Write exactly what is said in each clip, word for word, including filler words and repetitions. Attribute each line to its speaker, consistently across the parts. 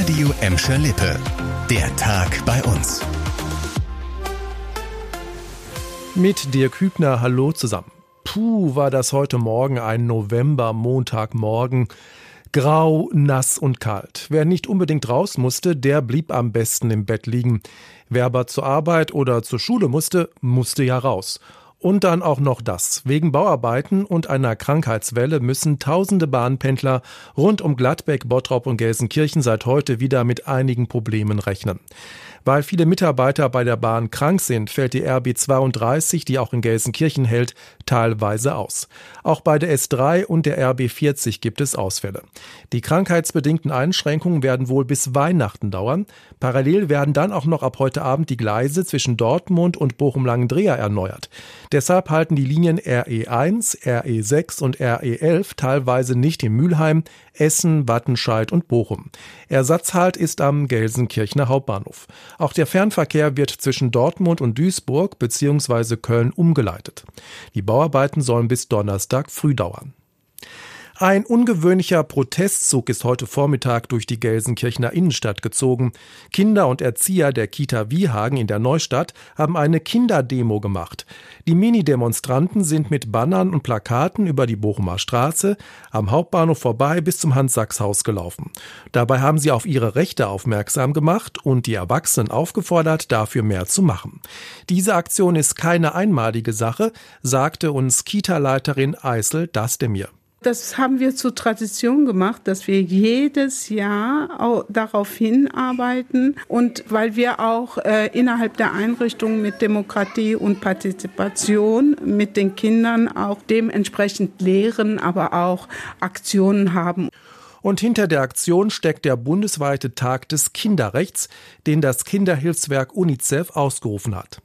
Speaker 1: Radio Emscher Lippe. Der Tag bei uns.
Speaker 2: Mit Dirk Hübner, hallo zusammen. Puh, war das heute Morgen ein November-Montagmorgen. Grau, nass und kalt. Wer nicht unbedingt raus musste, der blieb am besten im Bett liegen. Wer aber zur Arbeit oder zur Schule musste, musste ja raus. Und dann auch noch das. Wegen Bauarbeiten und einer Krankheitswelle müssen tausende Bahnpendler rund um Gladbeck, Bottrop und Gelsenkirchen seit heute wieder mit einigen Problemen rechnen. Weil viele Mitarbeiter bei der Bahn krank sind, fällt die R B zweiunddreißig, die auch in Gelsenkirchen hält, teilweise aus. Auch bei der S drei und der R B vierzig gibt es Ausfälle. Die krankheitsbedingten Einschränkungen werden wohl bis Weihnachten dauern. Parallel werden dann auch noch ab heute Abend die Gleise zwischen Dortmund und Bochum-Langendreher erneuert. Deshalb halten die Linien R E eins, R E sechs und R E elf teilweise nicht in Mülheim, Essen, Wattenscheid und Bochum. Ersatzhalt ist am Gelsenkirchener Hauptbahnhof. Auch der Fernverkehr wird zwischen Dortmund und Duisburg bzw. Köln umgeleitet. Die Bauarbeiten sollen bis Donnerstag früh dauern. Ein ungewöhnlicher Protestzug ist heute Vormittag durch die Gelsenkirchener Innenstadt gezogen. Kinder und Erzieher der Kita Wiehagen in der Neustadt haben eine Kinderdemo gemacht. Die Mini-Demonstranten sind mit Bannern und Plakaten über die Bochumer Straße am Hauptbahnhof vorbei bis zum Hans-Sachs-Haus gelaufen. Dabei haben sie auf ihre Rechte aufmerksam gemacht und die Erwachsenen aufgefordert, dafür mehr zu machen. Diese Aktion ist keine einmalige Sache, sagte uns Kita-Leiterin Eisel Dastemir.
Speaker 3: Das haben wir zur Tradition gemacht, dass wir jedes Jahr darauf hinarbeiten und weil wir auch äh, innerhalb der Einrichtung mit Demokratie und Partizipation mit den Kindern auch dementsprechend Lehren, aber auch Aktionen haben.
Speaker 2: Und hinter der Aktion steckt der bundesweite Tag des Kinderrechts, den das Kinderhilfswerk UNICEF ausgerufen hat.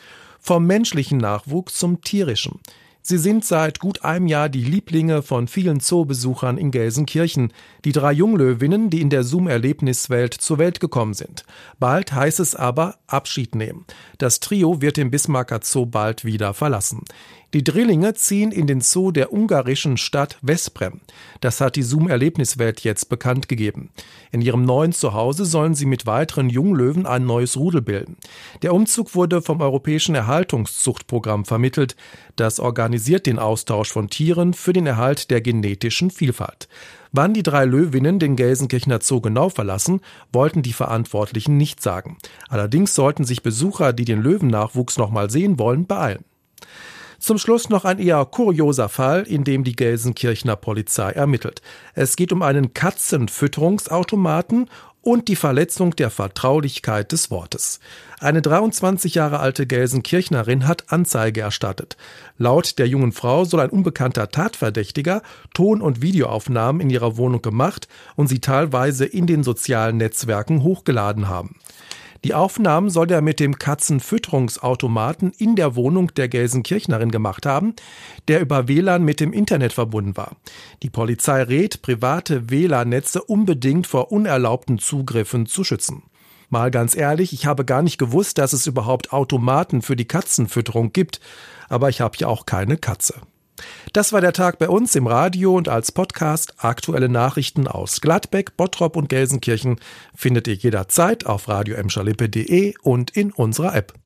Speaker 2: Vom menschlichen Nachwuchs zum tierischen. Sie sind seit gut einem Jahr die Lieblinge von vielen Zoobesuchern in Gelsenkirchen. Die drei Junglöwinnen, die in der Zoom-Erlebniswelt zur Welt gekommen sind. Bald heißt es aber Abschied nehmen. Das Trio wird den Bismarcker Zoo bald wieder verlassen. Die Drillinge ziehen in den Zoo der ungarischen Stadt Veszprém. Das hat die Zoom-Erlebniswelt jetzt bekannt gegeben. In ihrem neuen Zuhause sollen sie mit weiteren Junglöwen ein neues Rudel bilden. Der Umzug wurde vom Europäischen Erhaltungszuchtprogramm vermittelt. Das organisiert den Austausch von Tieren für den Erhalt der genetischen Vielfalt. Wann die drei Löwinnen den Gelsenkirchener Zoo genau verlassen, wollten die Verantwortlichen nicht sagen. Allerdings sollten sich Besucher, die den Löwennachwuchs noch mal sehen wollen, beeilen. Zum Schluss noch ein eher kurioser Fall, in dem die Gelsenkirchener Polizei ermittelt. Es geht um einen Katzenfütterungsautomaten und die Verletzung der Vertraulichkeit des Wortes. Eine dreiundzwanzig Jahre alte Gelsenkirchnerin hat Anzeige erstattet. Laut der jungen Frau soll ein unbekannter Tatverdächtiger Ton- und Videoaufnahmen in ihrer Wohnung gemacht und sie teilweise in den sozialen Netzwerken hochgeladen haben. Die Aufnahmen soll er mit dem Katzenfütterungsautomaten in der Wohnung der Gelsenkirchnerin gemacht haben, der über W L A N mit dem Internet verbunden war. Die Polizei rät, private W L A N-Netze unbedingt vor unerlaubten Zugriffen zu schützen. Mal ganz ehrlich, ich habe gar nicht gewusst, dass es überhaupt Automaten für die Katzenfütterung gibt, aber ich habe ja auch keine Katze. Das war der Tag bei uns im Radio und als Podcast. Aktuelle Nachrichten aus Gladbeck, Bottrop und Gelsenkirchen findet ihr jederzeit auf radio emscher lippe punkt de und in unserer App.